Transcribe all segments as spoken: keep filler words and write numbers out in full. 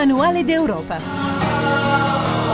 Manuale d'Europa.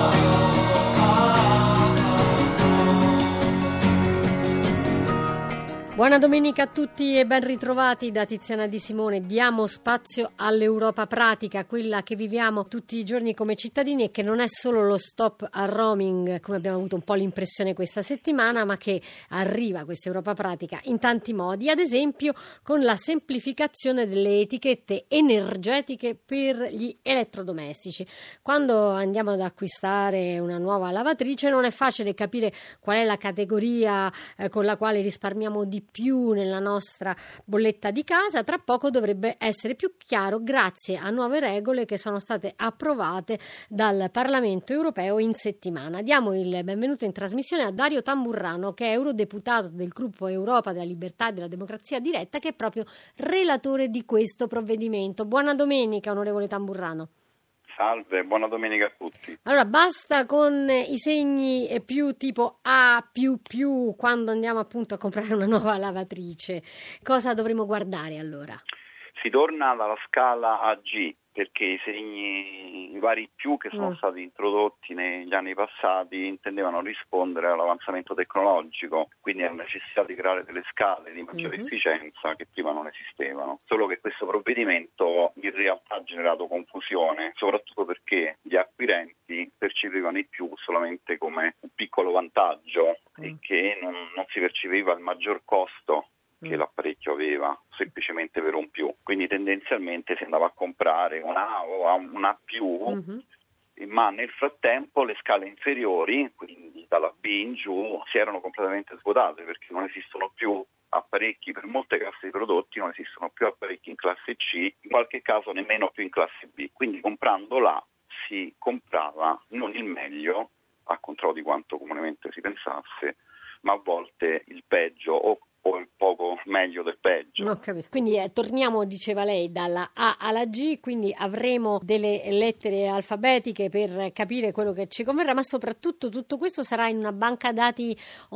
Buona domenica a tutti e ben ritrovati da Tiziana Di Simone. Diamo spazio all'Europa pratica, quella che viviamo tutti i giorni come cittadini e che non è solo lo stop al roaming, come abbiamo avuto un po' l'impressione questa settimana, ma che arriva questa Europa pratica in tanti modi, ad esempio con la semplificazione delle etichette energetiche per gli elettrodomestici. Quando andiamo ad acquistare una nuova lavatrice non è facile capire qual è la categoria eh, con la quale risparmiamo di più nella nostra bolletta di casa. Tra poco dovrebbe essere più chiaro grazie a nuove regole che sono state approvate dal Parlamento europeo in settimana. Diamo il benvenuto in trasmissione a Dario Tamburrano, che è eurodeputato del gruppo Europa della Libertà e della Democrazia Diretta, che è proprio relatore di questo provvedimento. Buona domenica, onorevole Tamburrano. Salve, buona domenica a tutti. Allora, basta con i segni più tipo A più più quando andiamo appunto a comprare una nuova lavatrice. Cosa dovremo guardare allora? Si torna dalla scala A G, perché i segni, i vari più che sono mm. stati introdotti negli anni passati intendevano rispondere all'avanzamento tecnologico, quindi alla necessità di creare delle scale di maggiore mm-hmm. efficienza che prima non esistevano. Solo che questo provvedimento in realtà ha generato confusione, soprattutto perché gli acquirenti percepivano i più solamente come un piccolo vantaggio mm. e che non, non si percepiva il maggior costo che l'apparecchio aveva semplicemente per un più, quindi tendenzialmente si andava a comprare una A o una più, mm-hmm. ma nel frattempo le scale inferiori, quindi dalla B in giù, si erano completamente svuotate perché non esistono più apparecchi per molte classi di prodotti, non esistono più apparecchi in classe C, in qualche caso nemmeno più in classe B, quindi comprando là si comprava non il meglio, al contrario di quanto comunemente si pensasse, ma a volte il peggio o o il poco meglio del peggio. Non capisco. Quindi eh, torniamo, diceva lei, dalla A alla G, quindi avremo delle lettere alfabetiche per capire quello che ci converrà, ma soprattutto tutto questo sarà in una banca dati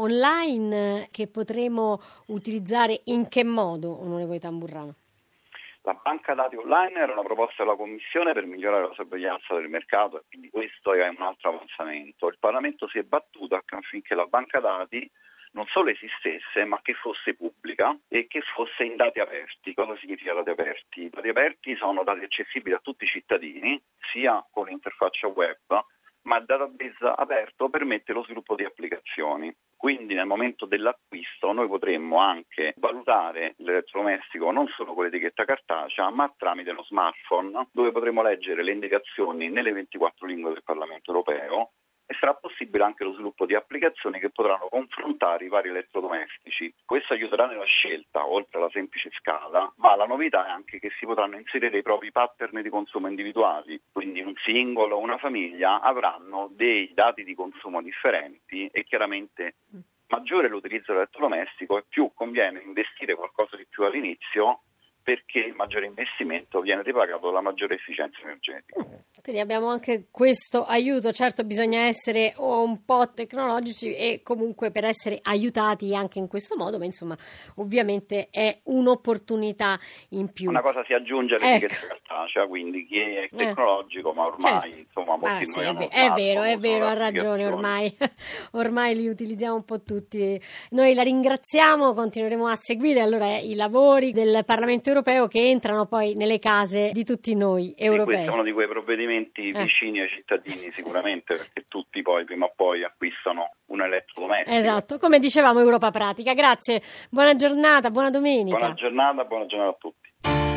online che potremo utilizzare in che modo, onorevole Tamburrano? La banca dati online era una proposta della Commissione per migliorare la sorveglianza del mercato e quindi questo è un altro avanzamento. Il Parlamento si è battuto affinché la banca dati non solo esistesse, ma che fosse pubblica e che fosse in dati aperti. Cosa significa dati aperti? I dati aperti sono dati accessibili a tutti i cittadini, sia con l'interfaccia web, ma il database aperto permette lo sviluppo di applicazioni. Quindi nel momento dell'acquisto noi potremmo anche valutare l'elettrodomestico non solo con l'etichetta cartacea, ma tramite lo smartphone, dove potremo leggere le indicazioni nelle ventiquattro lingue del Parlamento europeo, e sarà possibile anche lo sviluppo di applicazioni che potranno confrontare i vari elettrodomestici. Questo aiuterà nella scelta, oltre alla semplice scala, ma la novità è anche che si potranno inserire i propri pattern di consumo individuali, quindi un singolo o una famiglia avranno dei dati di consumo differenti e chiaramente maggiore l'utilizzo dell'elettrodomestico e più conviene investire qualcosa di più all'inizio, perché il maggiore investimento viene ripagato dalla maggiore efficienza energetica. Quindi abbiamo anche questo aiuto. Certo, bisogna essere un po' tecnologici e comunque per essere aiutati anche in questo modo, ma insomma ovviamente è un'opportunità in più. Una cosa si aggiunge all'etichetta ecco. cartacea, quindi chi è tecnologico, ma ormai certo. insomma molti ah, sì, noi hanno è vero, è vero, ha ragione, ormai ormai li utilizziamo un po' tutti. Noi la ringraziamo, continueremo a seguire allora i lavori del Parlamento europeo che entrano poi nelle case di tutti noi europei. Questo è uno di quei provvedimenti eh. vicini ai cittadini sicuramente, perché tutti poi prima o poi acquistano un elettrodomestico. Esatto, come dicevamo Europa Pratica. Grazie, buona giornata, buona domenica. Buona giornata, buona giornata a tutti.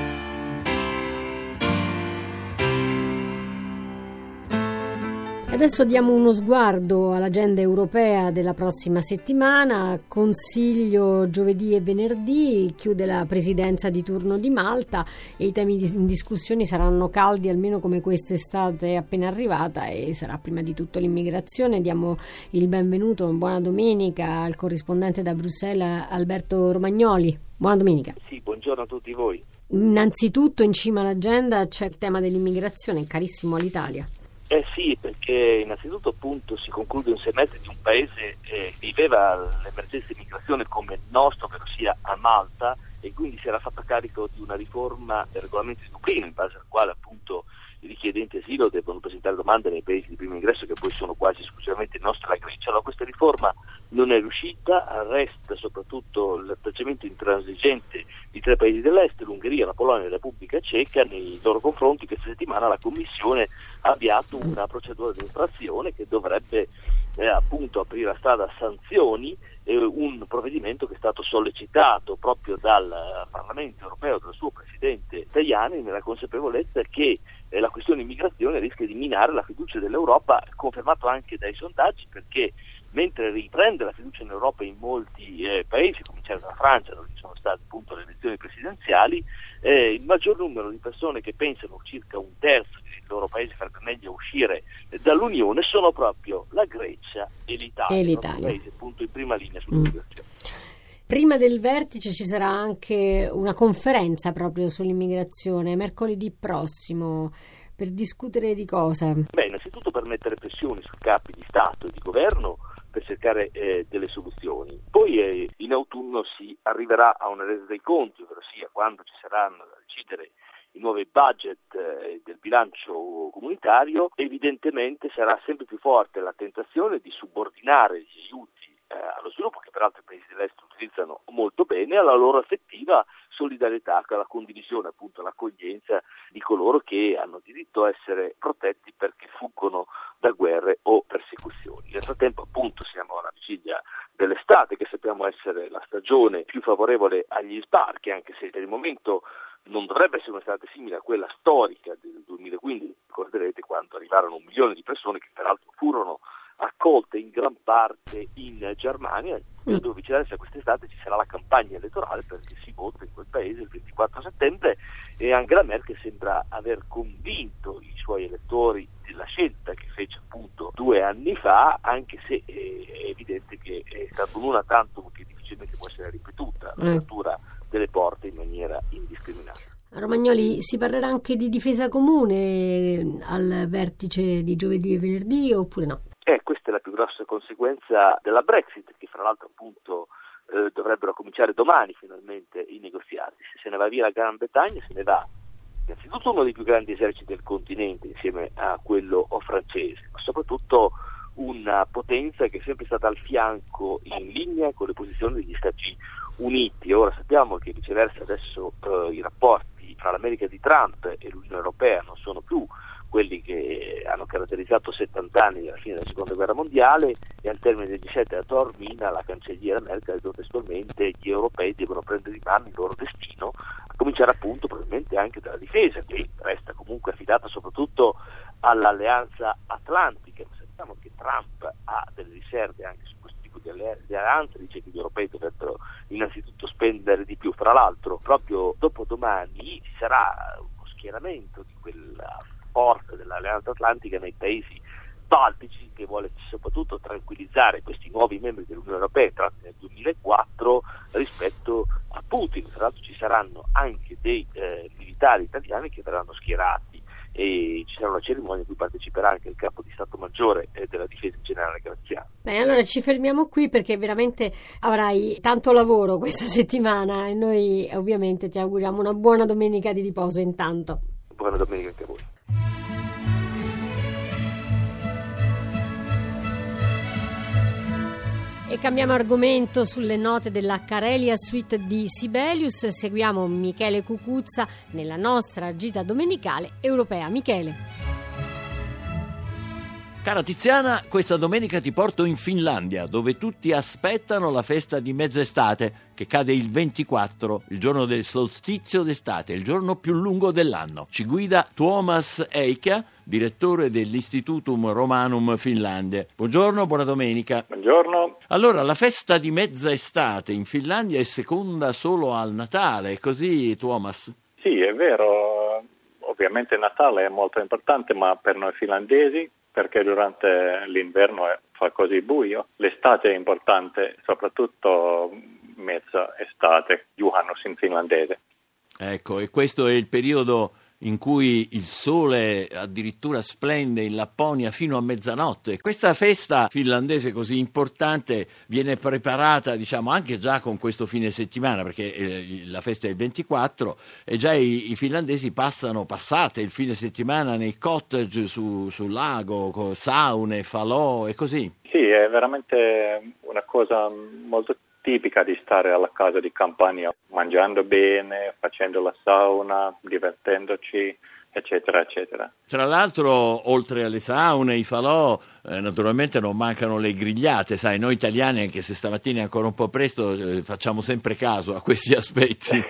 Adesso diamo uno sguardo all'agenda europea della prossima settimana. Consiglio giovedì e venerdì, chiude la presidenza di turno di Malta e i temi in discussione saranno caldi almeno come quest'estate appena arrivata e sarà prima di tutto l'immigrazione. Diamo il benvenuto, buona domenica, al corrispondente da Bruxelles Alberto Romagnoli. Buona domenica. Sì, buongiorno a tutti voi. Innanzitutto in cima all'agenda c'è il tema dell'immigrazione, carissimo all'Italia. Eh sì, perché innanzitutto appunto si conclude un semestre di un paese che eh, viveva l'emergenza immigrazione come il nostro, ovvero sia a Malta, e quindi si era fatta carico di una riforma del regolamento di Dublino, in base al quale appunto i richiedenti asilo devono presentare domande nei paesi di primo ingresso, che poi sono quasi esclusivamente il nostro e la Grecia. Allora questa riforma non è riuscita, resta soprattutto l'atteggiamento intransigente di tre paesi dell'est, l'Ungheria, la Polonia e la Repubblica Ceca. Nei loro confronti questa settimana la Commissione ha avviato una procedura di infrazione che dovrebbe eh, appunto aprire la strada a sanzioni, eh, un provvedimento che è stato sollecitato proprio dal Parlamento europeo, dal suo Presidente Tajani, nella consapevolezza che eh, la questione immigrazione rischia di minare la fiducia dell'Europa, confermato anche dai sondaggi, perché mentre riprende la fiducia in Europa in molti eh, paesi, a cominciare dalla Francia, dove ci sono state appunto le elezioni presidenziali, eh, il maggior numero di persone che pensano, circa un terzo del loro paese farebbe meglio uscire eh, dall'Unione, sono proprio la Grecia e l'Italia, e l'Italia. paesi appunto in prima linea sull'immigrazione. Mm. Prima del vertice ci sarà anche una conferenza proprio sull'immigrazione, mercoledì prossimo, per discutere di cosa? Beh, innanzitutto per mettere pressioni sui capi di Stato e di Governo, per cercare eh, delle soluzioni. Poi eh, in autunno si arriverà a una resa dei conti, ovvero sia quando ci saranno da decidere i nuovi budget eh, del bilancio comunitario. Evidentemente sarà sempre più forte la tentazione di subordinare gli aiuti eh, allo sviluppo, che peraltro i paesi dell'est utilizzano molto bene, alla loro effettiva solidarietà, alla condivisione, appunto l'accoglienza di coloro che hanno diritto a essere protetti perché fuggono da guerre o persecuzioni. Nel frattempo appunto siamo alla vigilia dell'estate, che sappiamo essere la stagione più favorevole agli sbarchi, anche se per il momento non dovrebbe essere un'estate simile a quella storica del duemilaquindici, ricorderete quando arrivarono un milione di persone che peraltro furono accolte in gran parte in Germania, dove viceversa quest'estate ci sarà la campagna elettorale perché si vota in quel paese il ventiquattro settembre, e Angela Merkel sembra aver convinto i suoi elettori della scelta che fece appunto due anni fa, anche se è evidente che è stato un una tantum che difficilmente può essere ripetuta, l'apertura delle porte in maniera indiscriminata. Romagnoli, si parlerà anche di difesa comune al vertice di giovedì e venerdì oppure no? Eh, questa è la più grossa conseguenza della Brexit, che fra l'altro appunto eh, dovrebbero cominciare domani finalmente i negoziati. Se se ne va via la Gran Bretagna, se ne va innanzitutto uno dei più grandi eserciti del continente insieme a quello francese, ma soprattutto una potenza che è sempre stata al fianco, in linea con le posizioni degli Stati Uniti. Ora sappiamo che viceversa adesso eh, i rapporti fra l'America di Trump e l'Unione Europea non sono più quelli che hanno caratterizzato settanta anni dalla fine della seconda guerra mondiale, e al termine del G sette a Taormina la cancelliera Merkel ha detto testualmente: gli europei devono prendere in mano il loro destino, a cominciare appunto probabilmente anche dalla difesa, che resta comunque affidata soprattutto all'alleanza atlantica. Ma sappiamo che Trump ha delle riserve anche su questo tipo di alleanza, dice che gli europei dovrebbero innanzitutto spendere di più. Fra l'altro proprio dopo domani ci sarà uno schieramento di quella forza dell'Alleanza Atlantica nei paesi baltici, che vuole soprattutto tranquillizzare questi nuovi membri dell'Unione Europea entrati nel duemilaquattro rispetto a Putin. Tra l'altro ci saranno anche dei eh, militari italiani che verranno schierati, e ci sarà una cerimonia in cui parteciperà anche il capo di Stato Maggiore eh, della Difesa in generale Graziano. Beh, allora ci fermiamo qui, perché veramente avrai tanto lavoro questa settimana e noi ovviamente ti auguriamo una buona domenica di riposo intanto. Buona domenica anche a voi. E cambiamo argomento sulle note della Karelia Suite di Sibelius. Seguiamo Michele Cucuzza nella nostra gita domenicale europea. Michele. Cara Tiziana, questa domenica ti porto in Finlandia, dove tutti aspettano la festa di mezz'estate, che cade il ventiquattro, il giorno del solstizio d'estate, il giorno più lungo dell'anno. Ci guida Tuomas Eikkä, direttore dell'Institutum Romanum Finlandia. Buongiorno, buona domenica. Buongiorno. Allora, la festa di mezz'estate in Finlandia è seconda solo al Natale, è così, Tuomas? Sì, è vero. Ovviamente il Natale è molto importante, ma per noi finlandesi, perché durante l'inverno fa così buio. L'estate è importante, soprattutto mezza estate, juhannus in finlandese. Ecco, e questo è il periodo in cui il sole addirittura splende in Lapponia fino a mezzanotte. Questa festa finlandese così importante viene preparata, diciamo, anche già con questo fine settimana, perché eh, la festa è il ventiquattro e già i, i finlandesi passano, passate il fine settimana nei cottage su, sul lago, con saune, falò e così. Sì, è veramente una cosa molto tipica di stare alla casa di campagna, mangiando bene, facendo la sauna, divertendoci, eccetera, eccetera. Tra l'altro, oltre alle saune, i falò, eh, naturalmente non mancano le grigliate, sai, noi italiani, anche se stamattina è ancora un po' presto, eh, facciamo sempre caso a questi aspetti.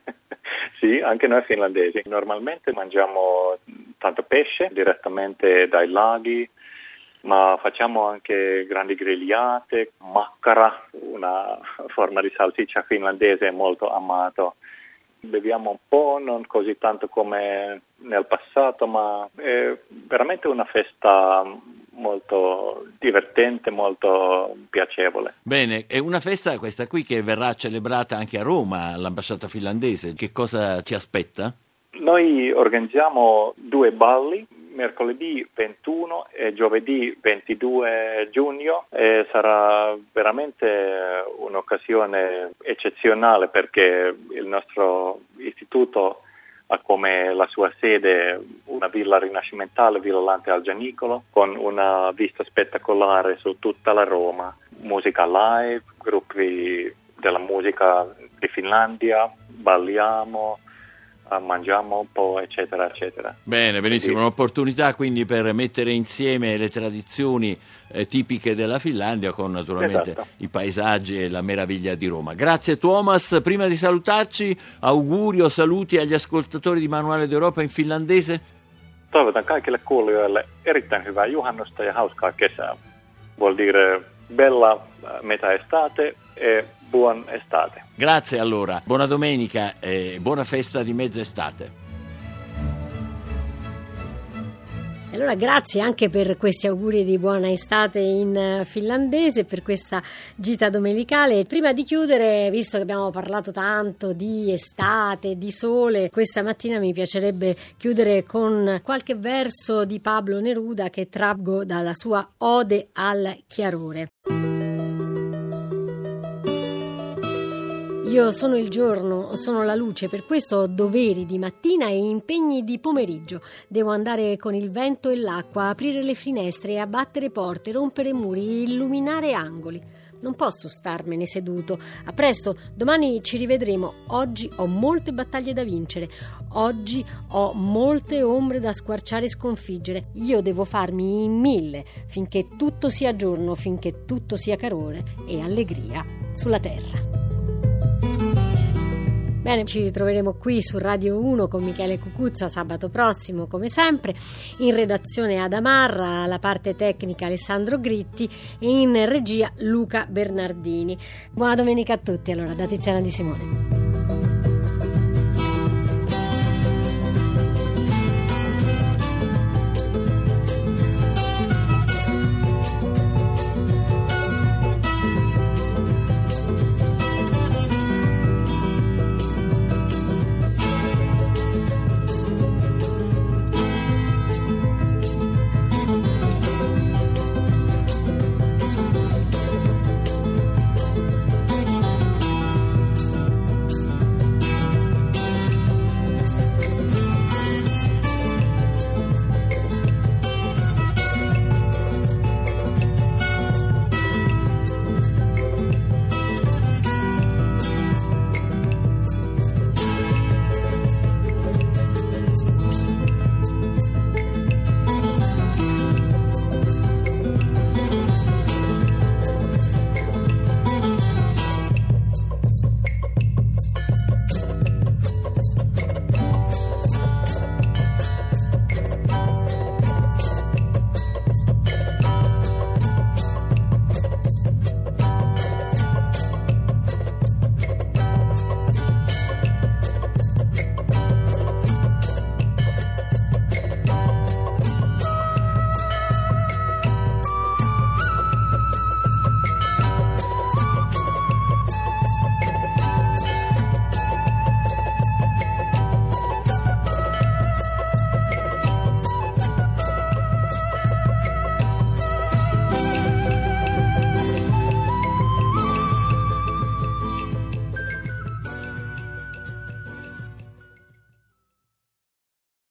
Sì, anche noi finlandesi. Normalmente mangiamo tanto pesce direttamente dai laghi, ma facciamo anche grandi grigliate, makkara, una forma di salsiccia finlandese molto amato. Beviamo un po', non così tanto come nel passato, ma è veramente una festa molto divertente, molto piacevole. Bene, è una festa questa qui che verrà celebrata anche a Roma, all'ambasciata finlandese. Che cosa ci aspetta? Noi organizziamo due balli, mercoledì ventuno e giovedì ventidue giugno, e sarà veramente un'occasione eccezionale perché il nostro istituto ha come la sua sede una villa rinascimentale, Villa Lante al Gianicolo, con una vista spettacolare su tutta la Roma, musica live, gruppi della musica di Finlandia, balliamo, mangiamo un po', eccetera, eccetera. Bene, benissimo, quindi un'opportunità quindi per mettere insieme le tradizioni eh, tipiche della Finlandia con naturalmente esatto. i paesaggi e la meraviglia di Roma. Grazie Tuomas, prima di salutarci, auguri o saluti agli ascoltatori di Manuale d'Europa in finlandese. Toivotan kaikille kuulijoille erittäin hyvää juhannusta ja hauskaa kesää. Vuol dire bella metà estate e buon estate. Grazie allora, buona domenica e buona festa di mezza estate. Allora grazie anche per questi auguri di buona estate in finlandese, per questa gita domenicale. Prima di chiudere, visto che abbiamo parlato tanto di estate, di sole, questa mattina mi piacerebbe chiudere con qualche verso di Pablo Neruda che traggo dalla sua Ode al chiarore. Io sono il giorno, sono la luce, per questo ho doveri di mattina e impegni di pomeriggio. Devo andare con il vento e l'acqua, aprire le finestre, abbattere porte, rompere muri, illuminare angoli. Non posso starmene seduto. A presto, domani ci rivedremo. Oggi ho molte battaglie da vincere. Oggi ho molte ombre da squarciare e sconfiggere. Io devo farmi in mille finché tutto sia giorno, finché tutto sia calore e allegria sulla terra. Bene, ci ritroveremo qui su Radio uno con Michele Cucuzza sabato prossimo, come sempre, in redazione Ada Marra, alla parte tecnica Alessandro Gritti e in regia Luca Bernardini. Buona domenica a tutti, allora, da Tiziana Di Simone.